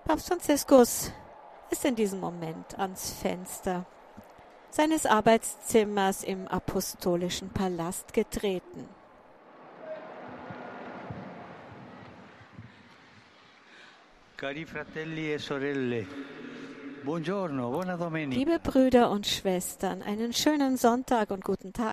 Papst Franziskus ist in diesem Moment ans Fenster seines Arbeitszimmers im Apostolischen Palast getreten. Cari fratelli e sorelle, buongiorno, buona domenica. Liebe Brüder und Schwestern, einen schönen Sonntag und guten Tag.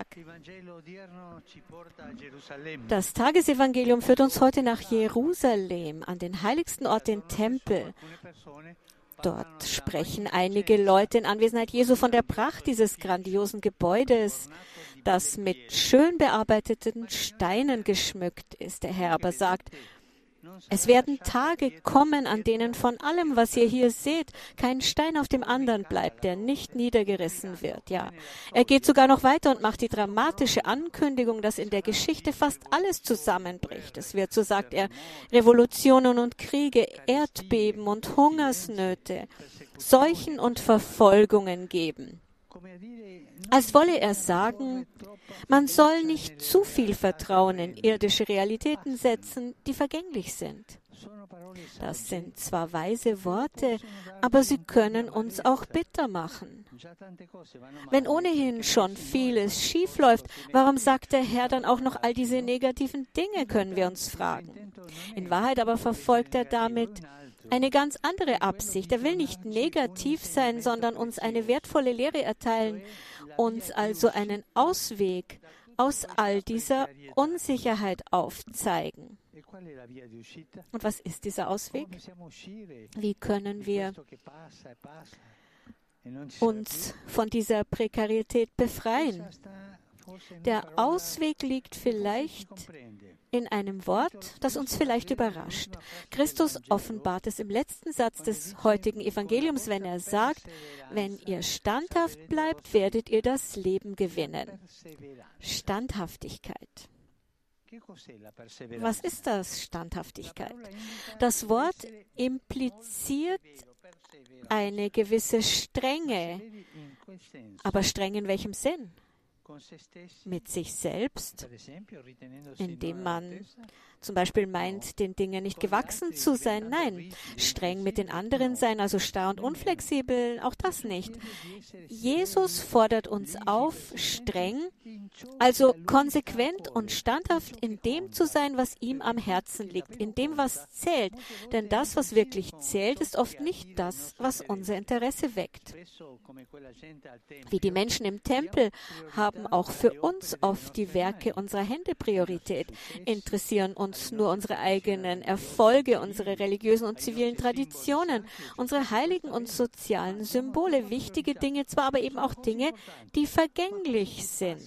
Das Tagesevangelium führt uns heute nach Jerusalem, an den heiligsten Ort, den Tempel. Dort sprechen einige Leute in Anwesenheit Jesu von der Pracht dieses grandiosen Gebäudes, das mit schön bearbeiteten Steinen geschmückt ist. Der Herr aber sagt: Es werden Tage kommen, an denen von allem, was ihr hier seht, kein Stein auf dem anderen bleibt, der nicht niedergerissen wird. Ja, er geht sogar noch weiter und macht die dramatische Ankündigung, dass in der Geschichte fast alles zusammenbricht. Es wird, so sagt er, Revolutionen und Kriege, Erdbeben und Hungersnöte, Seuchen und Verfolgungen geben. Als wolle er sagen, man soll nicht zu viel Vertrauen in irdische Realitäten setzen, die vergänglich sind. Das sind zwar weise Worte, aber sie können uns auch bitter machen. Wenn ohnehin schon vieles schief läuft, warum sagt der Herr dann auch noch all diese negativen Dinge, können wir uns fragen. In Wahrheit aber verfolgt er damit eine ganz andere Absicht. Er will nicht negativ sein, sondern uns eine wertvolle Lehre erteilen, uns also einen Ausweg aus all dieser Unsicherheit aufzeigen. Und was ist dieser Ausweg? Wie können wir uns von dieser Prekarität befreien? Der Ausweg liegt vielleicht in einem Wort, das uns vielleicht überrascht. Christus offenbart es im letzten Satz des heutigen Evangeliums, wenn er sagt, wenn ihr standhaft bleibt, werdet ihr das Leben gewinnen. Standhaftigkeit. Was ist das, Standhaftigkeit? Das Wort impliziert eine gewisse Strenge. Aber streng in welchem Sinn? Mit sich selbst, indem man zum Beispiel meint, den Dingen nicht gewachsen zu sein. Nein, streng mit den anderen sein, also starr und unflexibel, auch das nicht. Jesus fordert uns auf, streng, also konsequent und standhaft in dem zu sein, was ihm am Herzen liegt, in dem, was zählt. Denn das, was wirklich zählt, ist oft nicht das, was unser Interesse weckt. Wie die Menschen im Tempel haben auch für uns oft die Werke unserer Hände Priorität, interessieren uns nur unsere eigenen Erfolge, unsere religiösen und zivilen Traditionen, unsere heiligen und sozialen Symbole, wichtige Dinge zwar, aber eben auch Dinge, die vergänglich sind.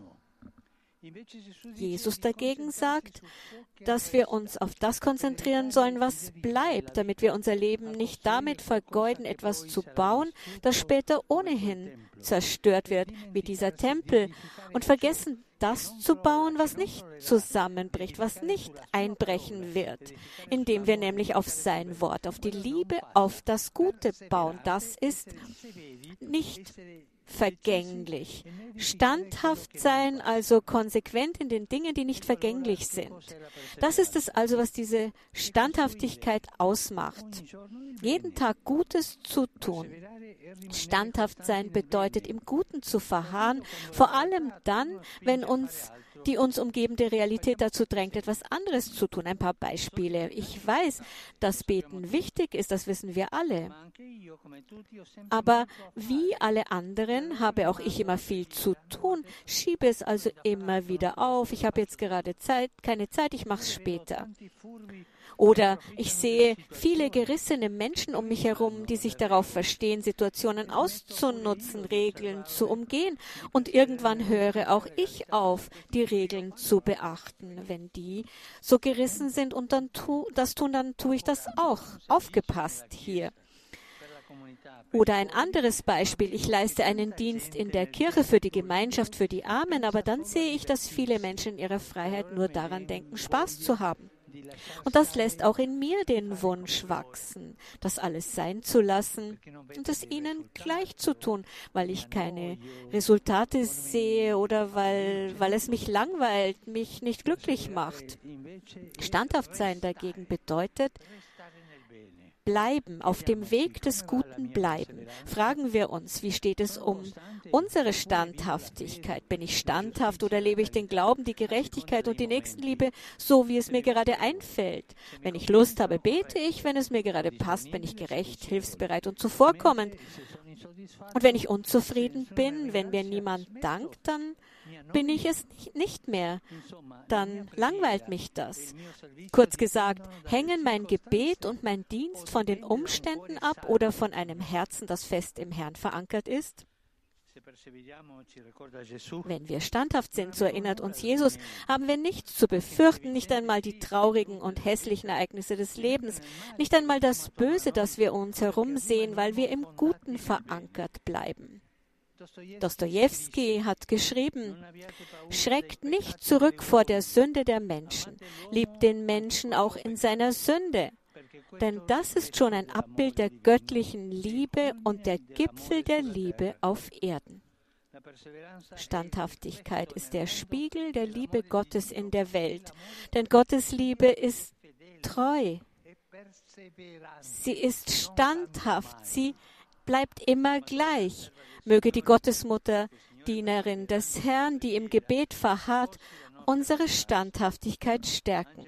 Jesus dagegen sagt, dass wir uns auf das konzentrieren sollen, was bleibt, damit wir unser Leben nicht damit vergeuden, etwas zu bauen, das später ohnehin zerstört wird, wie dieser Tempel, und vergessen, das zu bauen, was nicht zusammenbricht, was nicht einbrechen wird, indem wir nämlich auf sein Wort, auf die Liebe, auf das Gute bauen. Das ist nicht vergänglich. Standhaft sein, also konsequent in den Dingen, die nicht vergänglich sind. Das ist es also, was diese Standhaftigkeit ausmacht. Jeden Tag Gutes zu tun. Standhaft sein bedeutet, im Guten zu verharren, vor allem dann, wenn uns die uns umgebende Realität dazu drängt, etwas anderes zu tun. Ein paar Beispiele. Ich weiß, dass Beten wichtig ist, das wissen wir alle. Aber wie alle anderen habe auch ich immer viel zu tun, schiebe es also immer wieder auf. Ich habe jetzt gerade keine Zeit, ich mache es später. Oder ich sehe viele gerissene Menschen um mich herum, die sich darauf verstehen, Situationen auszunutzen, Regeln zu umgehen. Und irgendwann höre auch ich auf, die Regeln zu beachten. Wenn die so gerissen sind und dann dann tue ich das auch. Aufgepasst hier. Oder ein anderes Beispiel, ich leiste einen Dienst in der Kirche für die Gemeinschaft, für die Armen, aber dann sehe ich, dass viele Menschen in ihrer Freiheit nur daran denken, Spaß zu haben. Und das lässt auch in mir den Wunsch wachsen, das alles sein zu lassen und es ihnen gleich zu tun, weil ich keine Resultate sehe oder weil es mich langweilt, mich nicht glücklich macht. Standhaft sein dagegen bedeutet, bleiben, auf dem Weg des Guten bleiben, fragen wir uns, wie steht es um unsere Standhaftigkeit? Bin ich standhaft oder lebe ich den Glauben, die Gerechtigkeit und die Nächstenliebe, so wie es mir gerade einfällt? Wenn ich Lust habe, bete ich. Wenn es mir gerade passt, bin ich gerecht, hilfsbereit und zuvorkommend. Und wenn ich unzufrieden bin, wenn mir niemand dankt, dann bin ich es nicht mehr. Dann langweilt mich das. Kurz gesagt, hängen mein Gebet und mein Dienst von den Umständen ab oder von einem Herzen, das fest im Herrn verankert ist? Wenn wir standhaft sind, so erinnert uns Jesus, haben wir nichts zu befürchten, nicht einmal die traurigen und hässlichen Ereignisse des Lebens, nicht einmal das Böse, das wir uns herum sehen, weil wir im Guten verankert bleiben. Dostojewski hat geschrieben, schreckt nicht zurück vor der Sünde der Menschen, liebt den Menschen auch in seiner Sünde. Denn das ist schon ein Abbild der göttlichen Liebe und der Gipfel der Liebe auf Erden. Standhaftigkeit ist der Spiegel der Liebe Gottes in der Welt. Denn Gottes Liebe ist treu. Sie ist standhaft. Sie bleibt immer gleich. Möge die Gottesmutter, Dienerin des Herrn, die im Gebet verharrt, unsere Standhaftigkeit stärken.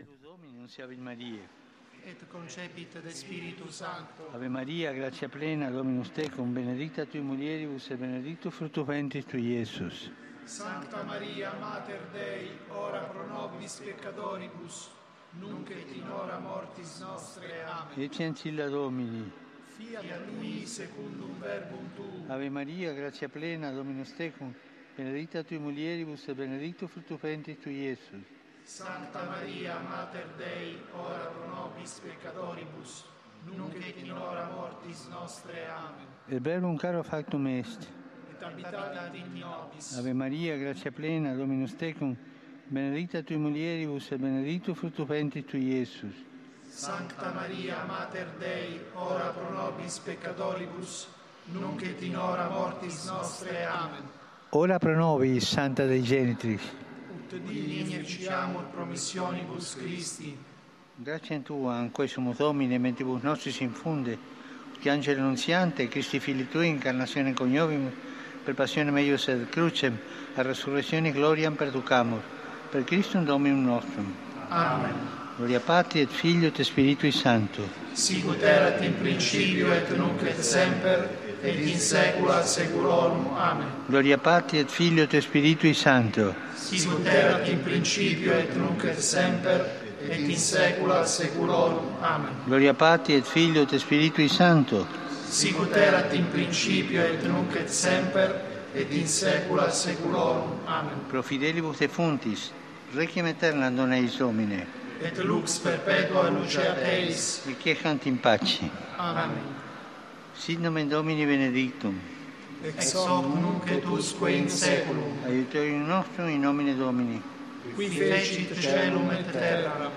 Et concepit de Spiritus Sancto. Ave Maria, gratia plena, Dominus tecum, benedicta tui mulieribus et benedictus fructus ventris tui, Iesus. Sancta Maria, Mater Dei, ora pro nobis peccatoribus, nunc et in hora mortis nostre. Amen. Ecce ancilla Domini. Fiat mi secundum verbum tuum. Ave Maria, gratia plena, Dominus tecum, benedicta tui mulieribus et benedictus fructus ventris tui, Iesus. Sancta Maria, Mater Dei, ora pro nobis peccatoribus, nunc et in hora mortis nostre. Amen. Et verbum caro factum est. Et habitatit in nobis. Ave Maria, gratia plena, Dominus tecum, benedicta tui mulieribus et benedictus fructus ventris tui, Iesus. Sancta Maria, Mater Dei, ora pro nobis peccatoribus, nunc et in hora mortis nostre. Amen. Ora pro nobis, Santa Dei Genitris. Ut digni efficiamur promissionibus Christi. Grazie Tua, anque sumus Domine, mentibus nostris infunde, che angelo annunziante, Christi Fili Tui, incarnazione coniovimus, per passione meius et crucem, a resurrezione gloriam perducamur, per Christum Dominum nostrum. Amen. Gloria Patri et Filio et Spiritui Sancto. Sicut erat in principio et nunc et semper, et in saecula saeculorum. Amen. Gloria Patri et Filio et Spiritui Sancto. Sicut erat in principio et nunc et semper, et in saecula saeculorum. Amen. Gloria Patri et Filio et Spiritui Sancto. Sicut erat in principio et nunc et semper, et in saecula saeculorum. Amen. Pro fidelibus defuntis, requiem aeternam dona eis Domine. Et lux perpetua luceat eis. Requiescant in pace. Amen. Sit nomen Domini benedictum. Ex hoc nunc et usque in saeculum. Aiutorium nostrum in nomine Domini. Qui fecit caelum et terram.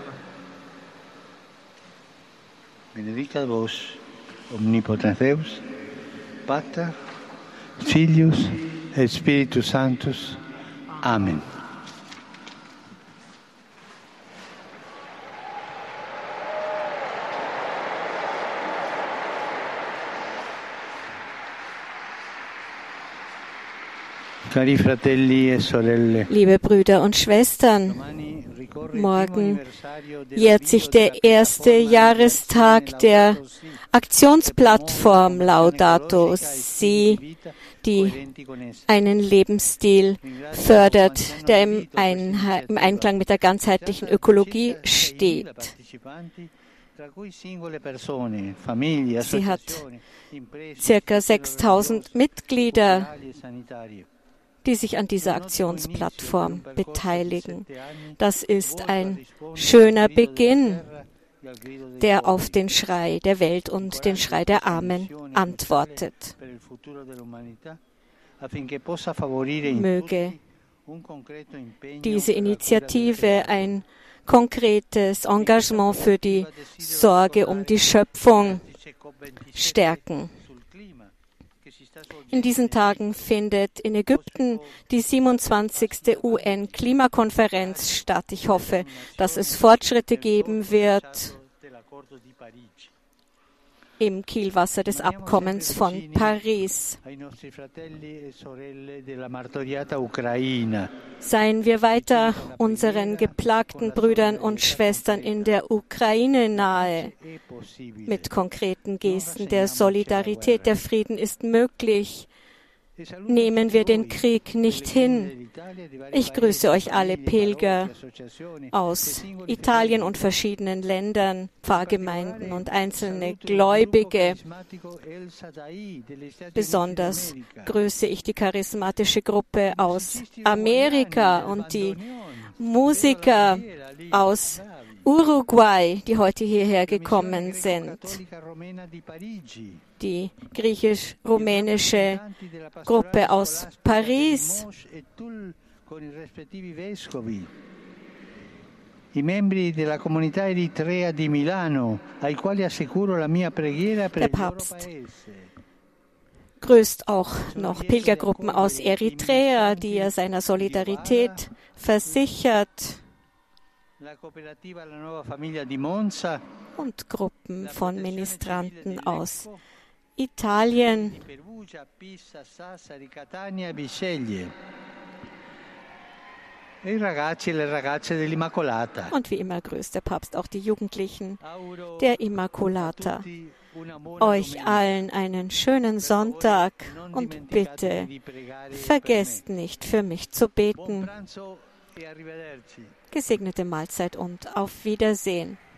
Benedicat vos, omnipotens Deus, Pater, Filius et Spiritus Sanctus. Amen. Cari fratelli e sorelle, Liebe Brüder und Schwestern, morgen jährt sich der erste Jahrestag der Aktionsplattform Laudato Si, die einen Lebensstil fördert, der im Einklang mit der ganzheitlichen Ökologie steht. Sie hat ca. 6.000 Mitglieder, die sich an dieser Aktionsplattform beteiligen. Das ist ein schöner Beginn, der auf den Schrei der Welt und den Schrei der Armen antwortet. Möge diese Initiative ein konkretes Engagement für die Sorge um die Schöpfung stärken. In diesen Tagen findet in Ägypten die 27. UN-Klimakonferenz statt. Ich hoffe, dass es Fortschritte geben wird im Kielwasser des Abkommens von Paris. Seien wir weiter unseren geplagten Brüdern und Schwestern in der Ukraine nahe, mit konkreten Gesten der Solidarität. Der Frieden ist möglich. Nehmen wir den Krieg nicht hin. Ich grüße euch alle Pilger aus Italien und verschiedenen Ländern, Pfarrgemeinden und einzelne Gläubige. Besonders grüße ich die charismatische Gruppe aus Amerika und die Musiker aus Uruguay, die heute hierher gekommen sind. Die griechisch-rumänische Gruppe aus Paris. I membri della comunità eritrea di Milano, ai quali assicuro la mia preghiera per il loro paese. Grüßt auch noch Pilgergruppen aus Eritrea, die er seiner Solidarität versichert. Und Gruppen von Ministranten aus Italien. Und wie immer grüßt der Papst auch die Jugendlichen der Immaculata. Euch allen einen schönen Sonntag und bitte vergesst nicht, für mich zu beten. Gesegnete Mahlzeit und auf Wiedersehen.